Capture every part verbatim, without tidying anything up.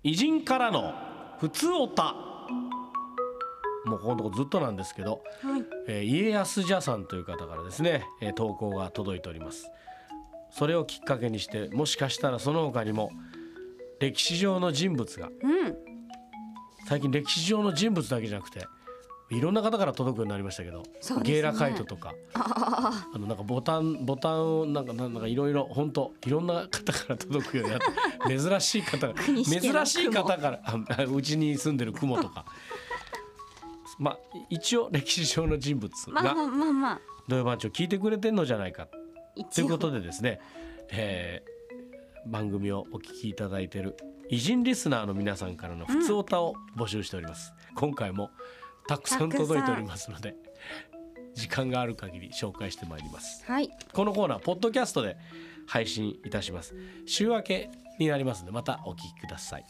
偉人からのふつおた、もうこのとこずっとなんですけど、 はい、 えー、家康じゃさんという方からですね、えー、投稿が届いております。それをきっかけにして、もしかしたらその他にも歴史上の人物が、 うん、 最近歴史上の人物だけじゃなくていろんな方から届くようになりましたけど、 そうですね、 ゲイラカイトとか、 ああのなんかボタンボタンをなんかなんかいろいろ本当いろんな方から届くようになって珍しい方が珍しい方からあうちに住んでる雲とかまあ一応歴史上の人物がまあまあまあまあ土曜番長聞いてくれてんのじゃないかということででですね、えー、番組をお聞きいただいている偉人リスナーの皆さんからのふつおたを募集しております、うん、今回もたくさん届いておりますので時間がある限り紹介してまいります、 はい、 このコーナーポッドキャストで配信いたします。週明けになりますのでまたお聞きください。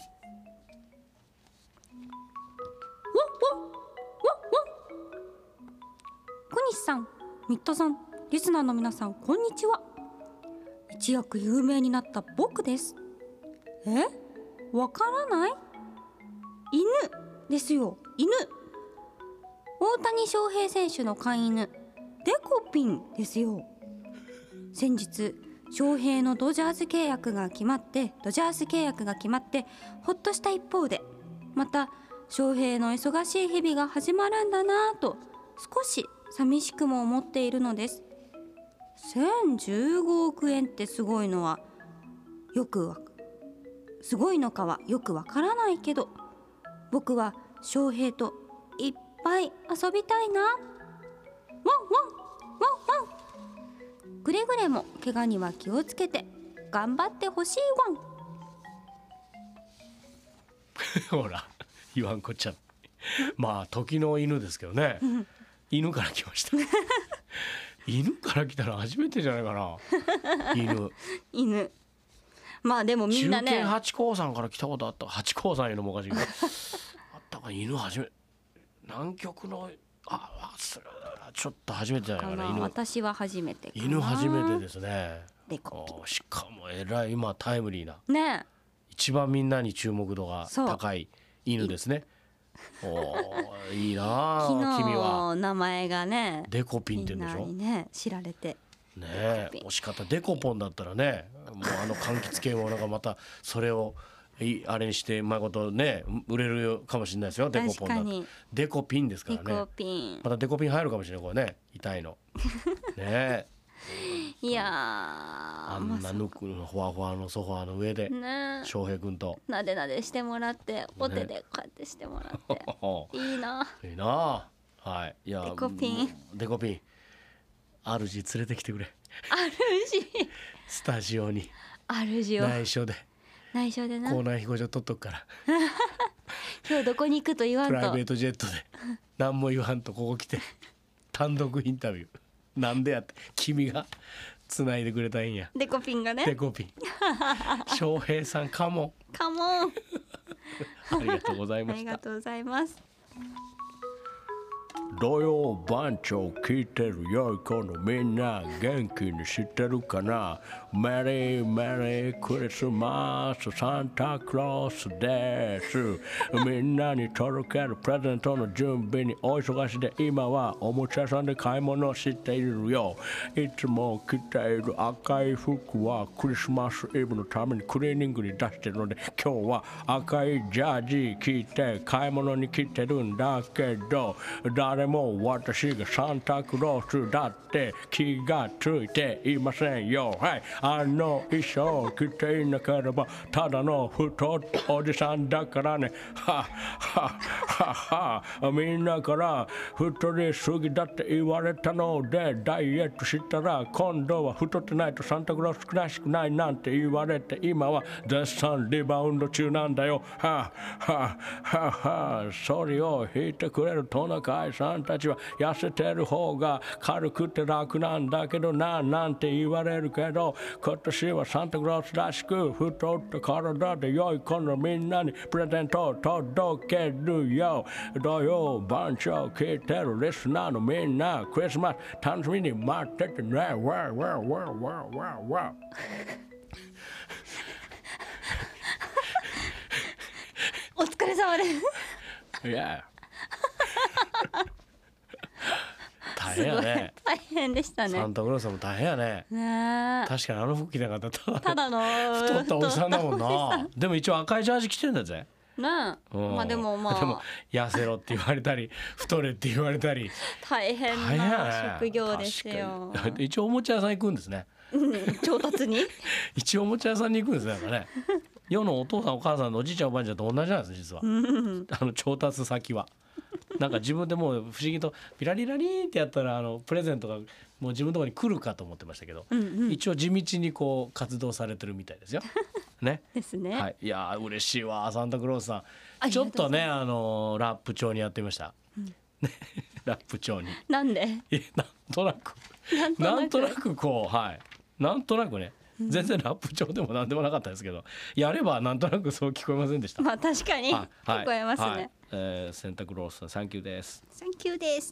小西さん、ミッドさん、リスナーの皆さん、こんにちは。一躍有名になった僕です。え、わからない？犬ですよ、犬。大谷翔平選手の飼い犬デコピンですよ。先日翔平のドジャース契約が決まってドジャース契約が決まってほっとした一方で、また翔平の忙しい日々が始まるんだなぁと少し寂しくも思っているのです。せんじゅうごおくえんってすごいのはよくわすごいのかはよくわからないけど、僕は翔平といっぱい遊びたいな。ワンワンワンワン。くれぐれも怪我には気をつけて頑張ってほしいほら言わんこっちゃまあ時の犬ですけどね犬から来ました犬から来たの初めてじゃないかな犬犬。まあでもみんなね、 中堅八甲さんから来たことあった。八甲さんいうのもおかしいけどあったか犬初め南極のあ忘れちょっと初めてじゃないかな。犬私は初めてかな。 犬初めてですね。 デコピン。 しかもえらい今タイムリーな、 ね、 一番みんなに注目度が高い犬ですね。おいいな君は。 名前がねデコピンって言うんでしょ。 みんなにね知られてねえ、押し方デコポンだったらね、もうあの柑橘系もなんかまたそれをあれにしてうまいことね売れるかもしれないですよ。デコポンだとデコピンですからね。 デコピン、 またデコピン入るかもしれないこれね、痛いのねえいやあんなぬくのふわふわのソファーの上で翔平君となでなでしてもらってお手でこうやってしてもらって、ね、いいないいな。はい、いやデコピンデコピン主連れてきてくれ。 主スタジオに主を内緒で内緒でな校内飛行場取っとくから今日どこに行くと言わんとプライベートジェットで何も言わんとここ来て単独インタビューなんでやって君が繋いでくれたんや。 デコピンがね。 デコピン翔平さんカモンカモンありがとうございました。 ありがとうございます。 土曜番長聞いてる良い子のみんな元気にしてるかな。メリーメリークリスマスサンタクロースです。みんなに届けるプレゼントの準備にお忙しで今はおもちゃ屋さんで買い物しているよ。いつも着ている赤い服はクリスマスイブのためにクリーニングに出してるので今日は赤いジャージ着て買い物に来てるんだけど誰も私がサンタクロースだって気がついていませんよ。はい、あの衣装着ていなければただの太ったおじさんだからね。ははははみんなから太りすぎだって言われたのでダイエットしたら今度は太ってないとサンタクロースらしくないなんて言われて今は絶賛リバウンド中なんだよ。ははははそれを引いてくれるトナカイさんたちは痩せてる方が軽くて楽なんだけどななんて言われるけど今年はサンタクロースらしく太った体で良い子のみんなにプレゼントを届けるよ。土曜番長聞いてるリスナーのみんなクリスマス楽しみに待っててね。わーわーわーわーわーわー疲れ様です。 いや大変やね。 大変でしたね。 サンタクロースも大変やね。 ね確かにあの服着なかったらただの太ったおじさんだもんな。でも一応赤いジャージ着てんだぜ。 ねえ、まあでもまあでも痩せろって言われたり太れって言われたり大変な職業ですよ。 一応おもちゃ屋さん行くんですね。 調達に一応おもちゃ屋さんに行くんですね。なんかね世のお父さんお母さんのおじいちゃんおばあちゃんと同じなんです実は。あの調達先はなんか自分でもう不思議とピラリラリーってやったらあのプレゼントがもう自分のところに来るかと思ってましたけど、うんうん、一応地道にこう活動されてるみたいですよ。ね。 ですね。 はい、いや嬉しいわサンタクロースさん。ちょっとねあのラップ調にやってみました。うん、ラップ調に。 なんで？ えなんとなくなんとなくこうはいなんとなくね。全然ラップ調でもなんでもなかったですけど、やればなんとなくそう聞こえませんでした。 まあ確かに、はい、聞こえますね。はい、 えー、センタクロースさんサンキューです。 サンキューです。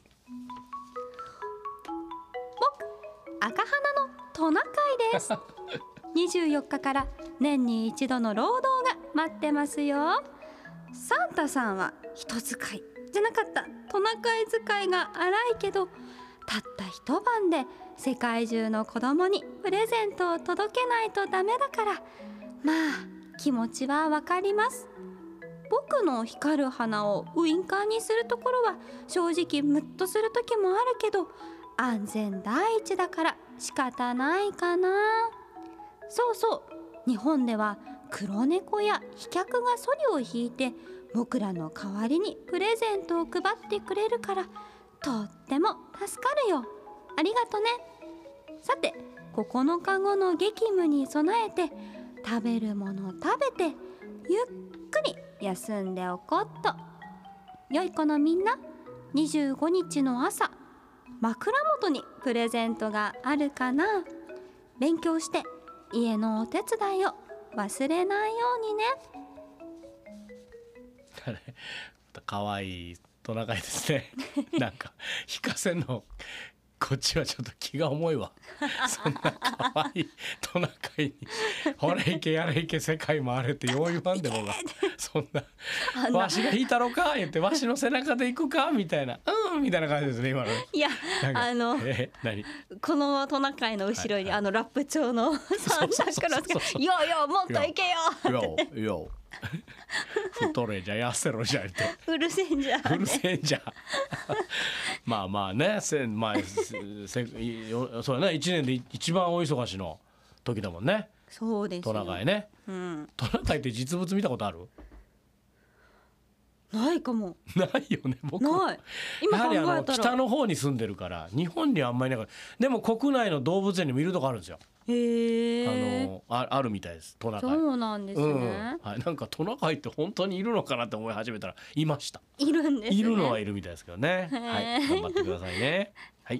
僕赤花のトナカイです。にじゅうよっかから年に一度の労働が待ってますよ。サンタさんは人使いじゃなかったトナカイ使いが荒いけど、たった一晩で世界中の子供にプレゼントを届けないとダメだから、まあ気持ちはわかります。僕の光る花をウインカーにするところは正直ムッとする時もあるけど、安全第一だから仕方ないかな。そうそう、日本では黒猫や飛脚がソリを引いて僕らの代わりにプレゼントを配ってくれるから、とっても助かるよ。ありがとね。さてここのかごの激務に備えて食べるもの食べてゆっくり休んでおこうっと。良い子のみんな、にじゅうごにちの朝枕元にプレゼントがあるかな。勉強して家のお手伝いを忘れないようにね。 あれかわいいトナカイですね。なんか引かせんのこっちはちょっと気が重いわ。そんなかわいいトナカイにほれいけやれいけ世界回れってよう言わんでもがそんなわしが引いたろか言ってわしの背中で行くかみたいなうんみたいな感じですね今の。 いやあの、 えー、何このトナカイの後ろに、はいはい、あのラップ調のサンタクロースがようようもっといけよようよう太れじゃ痩せろじゃってうるせえんじゃ、ね、 うるせえんじゃまあまあねせ、まあ、せそうやねいちねんで一番大忙しの時だもんね。 そうですよトナカイね、 うん、 トナカイって実物見たことある？ ないかも。 ないよね僕。 ない。今考えたらやはりあの北の方に住んでるから日本にはあんまりいなかった。でも国内の動物園にもいるとこあるんですよ。 へあの あ, あるみたいですトナカイ。 そうなんですね、 うんはい、なんかトナカイって本当にいるのかなって思い始めたらいました。 いるんですね。 いるのはいるみたいですけどね。はい頑張ってくださいね。はい。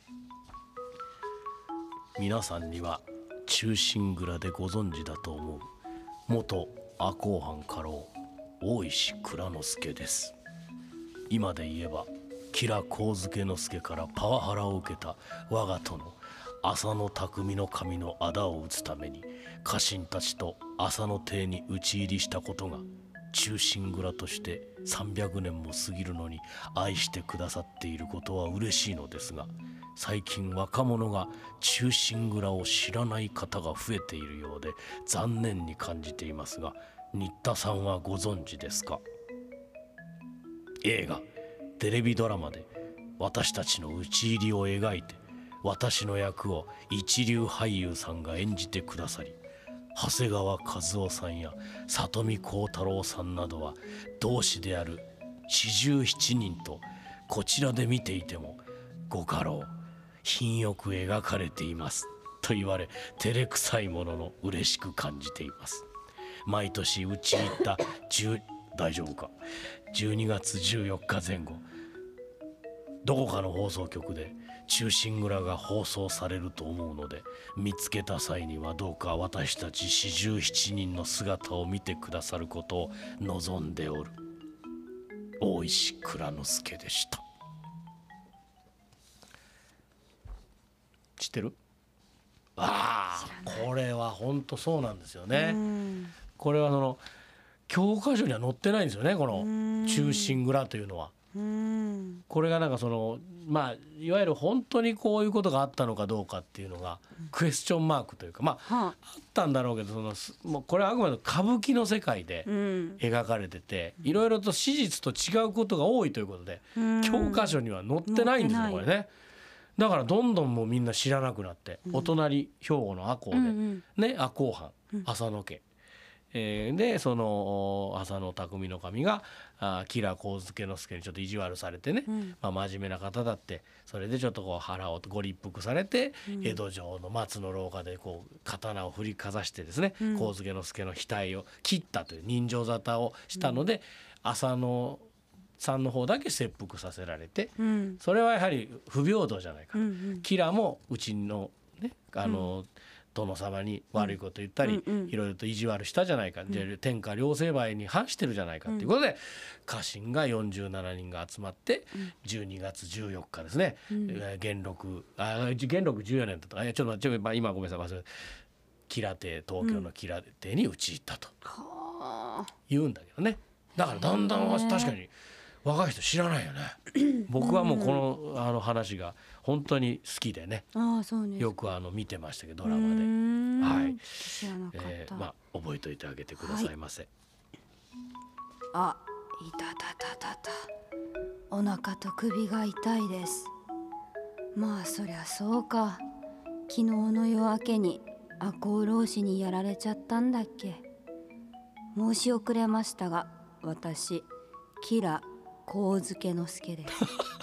皆さんには忠臣蔵でご存知だと思う元赤穂藩家老大石内蔵助です。今で言えば吉良上野介からパワハラを受けた我が殿浅野匠の神の仇を討つために家臣たちと浅野邸に討ち入りしたことが忠臣蔵としてさんびゃくねんも過ぎるのに愛してくださっていることは嬉しいのですが、最近若者が忠臣蔵を知らない方が増えているようで残念に感じていますが、新田さんはご存知ですか？映画テレビドラマで私たちの討ち入りを描いて私の役を一流俳優さんが演じてくださり、長谷川一夫さんや里見幸太郎さんなどは同志である四十七人とこちらで見ていてもご家老品よく描かれていますと言われ照れくさいものの嬉しく感じています。毎年うちに行った大丈夫かじゅうにがつじゅうよっかぜん後どこかの放送局で忠臣蔵が放送されると思うので、見つけた際にはどうか私たち四十七人の姿を見てくださることを望んでおる。大石内蔵助でした。知ってる？ああこれは本当そうなんですよね。これはその教科書には載ってないんですよね、この忠臣蔵というのは。 うーんこれがなんかそのまあいわゆる本当にこういうことがあったのかどうかっていうのがクエスチョンマークというか、まあはあったんだろうけど、そのすもうこれはあくまで歌舞伎の世界でうん描かれてて、いろいろと史実と違うことが多いということでうん教科書には載ってないんですよ、 載ってないこれね。だからどんどんもうみんな知らなくなって、お隣兵庫の赤穂で、 うんね、赤穂藩浅野家、えーでその浅野匠の神があ吉良上野之助にちょっと意地悪されてね、 うんまあ、真面目な方だって、それでちょっとこう腹をご立腹されて、江戸城の松の廊下でこう刀を振りかざしてですね、 うん上野之助の額を切ったという人情沙汰をしたので、浅野さんの方だけ切腹させられて、 うんそれはやはり不平等じゃないか、 うんうん吉良もうちのねあの、殿様に悪いこと言ったり、 うんうんいろいろと意地悪したじゃないか、で天下両成敗に反してるじゃないかということで、家臣がよんじゅうななにんが集まってじゅうにがつじゅうよっかですね、えー元禄あ元禄じゅうよねんだったか、えちょっと待って、まあ、今ごめんなさい忘れ吉良邸、東京の吉良邸に討ち入ったとはあ言うんだけどね。だからだんだん確かに若い人知らないよね。僕はもうこのあの話が本当に好きでね、 ああそうですよくあの見てましたけどドうーラマで、 んはい知らなかった、 えーまあ覚えておいてあげてくださいませ。 あ、いたたたたた。お腹と首が痛いです。まあそりゃそうか。昨日の夜明けに赤穂浪士にやられちゃったんだっけ。申し遅れましたが、私吉良上野之助です。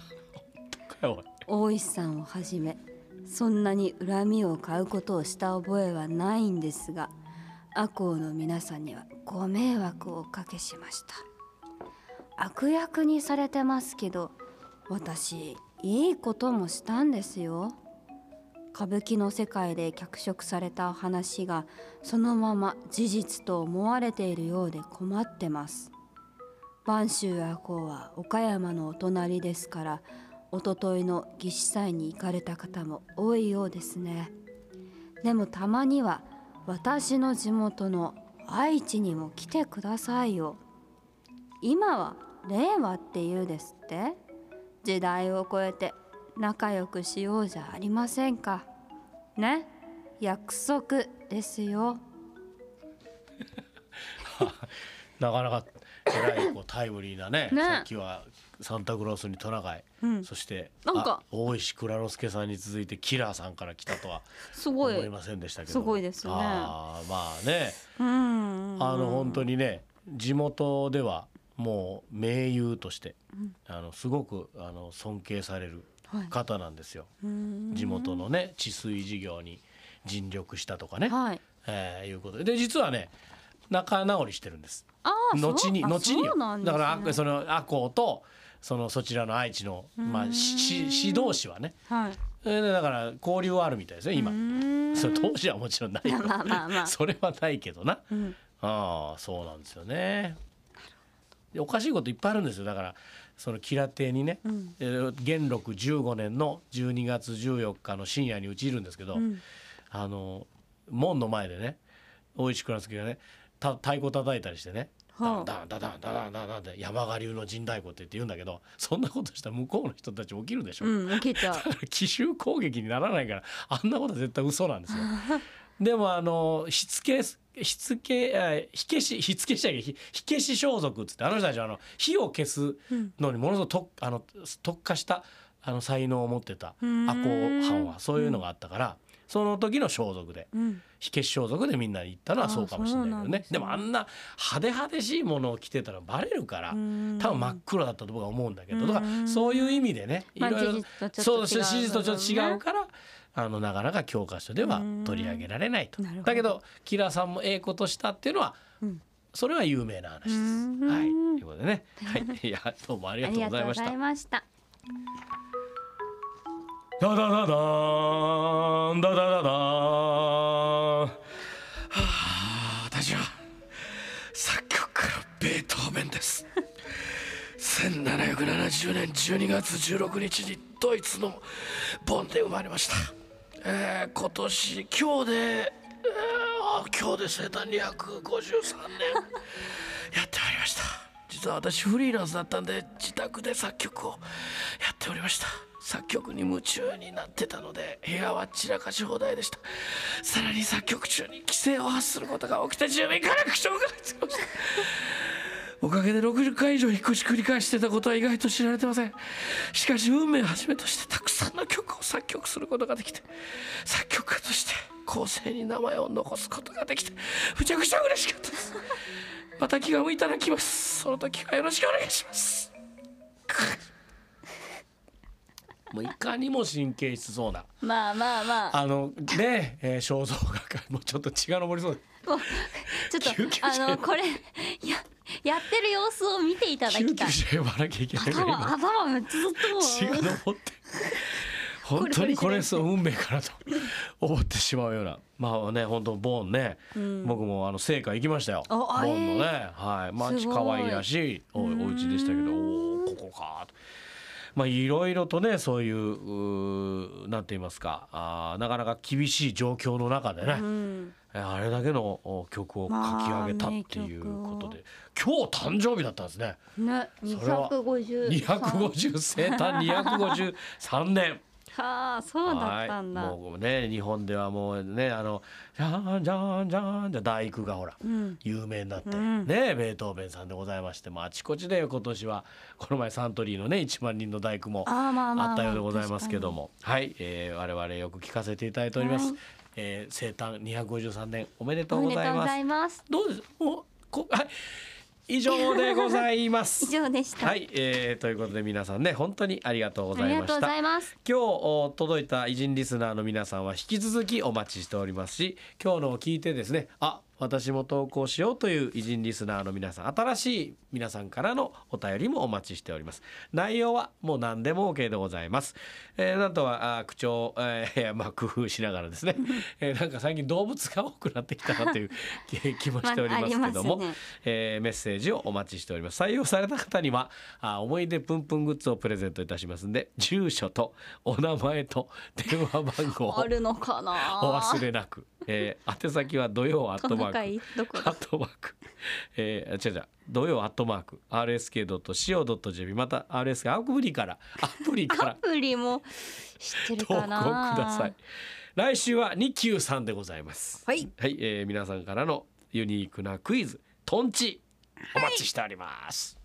大石さんをはじめそんなに恨みを買うことをした覚えはないんですが、赤穂の皆さんにはご迷惑をおかけしました。悪役にされてますけど、私いいこともしたんですよ。歌舞伎の世界で脚色された話がそのまま事実と思われているようで困ってます。播州赤穂は岡山のお隣ですから、おとといの義士祭に行かれた方も多いようですね。でもたまには私の地元の愛知にも来てくださいよ。今は令和って言うですって。時代を超えて仲良くしようじゃありませんかね。約束ですよ。 なかなかえらいこうタイムリーなねねさっきはサンタクロースにトナカイ、 うんそしてなんかあ大石蔵之介さんに続いてキラーさんから来たとはすごい思いませんでしたけど、 すごいですね。 あーまあね、 うんあの本当にね地元ではもう盟友として、あのすごくあの尊敬される方なんですよ、 うん地元のね治水事業に尽力したとかね、 はい。 えーいうことでで実はね仲直りしてるんです。 ああ、 後にそう後によそうなんですねだからあその赤穂とそのそちらの愛知の、まあ、しし指導士はね、 はい。 えーだから交流はあるみたいですね今。それ当時はもちろんないよまあまあまあそれはないけどな、 んああそうなんですよね。でおかしいこといっぱいあるんですよ。だからその吉良邸にね、えー元禄じゅうごねんのじゅうにがつじゅうよっかの深夜に討ち入るんですけど、あの門の前でね大石蔵之介がねた太鼓叩いたりしてね、 はあダンダンダンダンダンダンダンって山賀流の陣太鼓って言って言うんだけど、そんなことしたら向こうの人たち起きるでしょ、 うん、起きちゃう。 だから奇襲攻撃にならないからあんなことは絶対嘘なんですよでもあの火付け火付けあ火消し火付けしちゃいけない火火消し装束っつって、あの人たちはあの火を消すのにものすごく特あの特化したあの才能を持ってた赤穂藩はそういうのがあったから、その時の装束で、 ん火消し装束でみんな行ったのはそうかもしれないけどね。 あそうなんですねでもあんな派手派手しいものを着てたらバレるから、多分真っ黒だったと僕は思うんだけど、だからそういう意味でね、いまあろいろ事実とちょそうっと違う史実とちょっと違部分ねうから、あのなかなか教科書では取り上げられないと。 なるほどだけどキラさんもええことしたっていうのは、それは有名な話です。はい、ということでね、はい、いやどうもありがとうございました。 ました。 ダダダダーンダダダダーン、はあ、私は作曲家のベートーベンですせんななひゃくななじゅうねんじゅうにがつじゅうろくにちにドイツのボンで生まれました、えー、今年今日で、えー、今日で生誕にひゃくごじゅうさんねんやってまいりました。実は私フリーランスだったんで自宅で作曲をやっておりました。作曲に夢中になってたので部屋は散らかし放題でした。さらに作曲中に規制を発することが起きて住民から苦情が入ってきました。おかげでろくじゅっかい以上引っ越し繰り返してたことは意外と知られてません。しかし運命をはじめとしてたくさんの曲を作曲することができて、作曲家として後世に名前を残すことができてむちゃくちゃ嬉しかったです。また気が向いたら来ます。その時はよろしくお願いします。もういかにも神経質そうなまあまあまああのね、えー、肖像画がもうちょっと血が上りそうでもうちょっとあのこれややってる様子を見ていただきたい。 救急車呼ばなきゃいけないから頭頭めっちゃずっと血が上って本当にこれそう運命かなと思ってしまうような、まあね本当ボーンね、うん、僕もあの聖火行きましたよ。ボーンのね、はい、街可愛いらしい お, お家でしたけど、おおここかと。まあいろいろとねそういうなんて言いますか、あなかなか厳しい状況の中でね、うん、あれだけの曲を書き上げたっていうことで、まあ、今日誕生日だったんですね。 ね、にひゃくごじゅうにひゃくごじゅう生誕にひゃくごじゅうさんねん。 はあ、そうだったんだ。 もうね日本ではもうねあのじゃんじゃんじゃんじゃ大工がほら、うん、有名になって、うん、ねベートーベンさんでございまして、もあちこちで今年はこの前サントリーのねいちまんにんの大工もあったようでございますけども、はい、えー、我々よく聞かせていただいております。はい、えー、生誕にひゃくごじゅうさんねんおめでとうございます。おめでとうございます。どうですおこはい以上でございます。 以上でした。 はい、えー、ということで皆さんね本当にありがとうございました。ありがとうございます。今日届いた偉人リスナーの皆さんは引き続きお待ちしておりますし、今日のを聞いてですね、あ私も投稿しようという偉人リスナーの皆さん、新しい皆さんからのお便りもお待ちしております。内容はもう何でも OK でございます。えー、なんとはあ口調、えーまあ、工夫しながらですね、えー、なんか最近動物が多くなってきたなという気もしておりますけども、まあねえー、メッセージをお待ちしております。採用された方にはあ思い出プンプングッズをプレゼントいたしますんで、住所とお名前と電話番号をあるのかなお忘れなく。えー、宛先は土曜アットマークアットマーク、えー、違う違う土曜アットマーク アールエスケードットシーオードットジェーピー また アールエスケー アプリからアプリからアプリも知ってるかな、 投稿ください。来週はにきゅうさんでございます。 はい、 はい、えー、皆さんからのユニークなクイズトンチお待ちしております。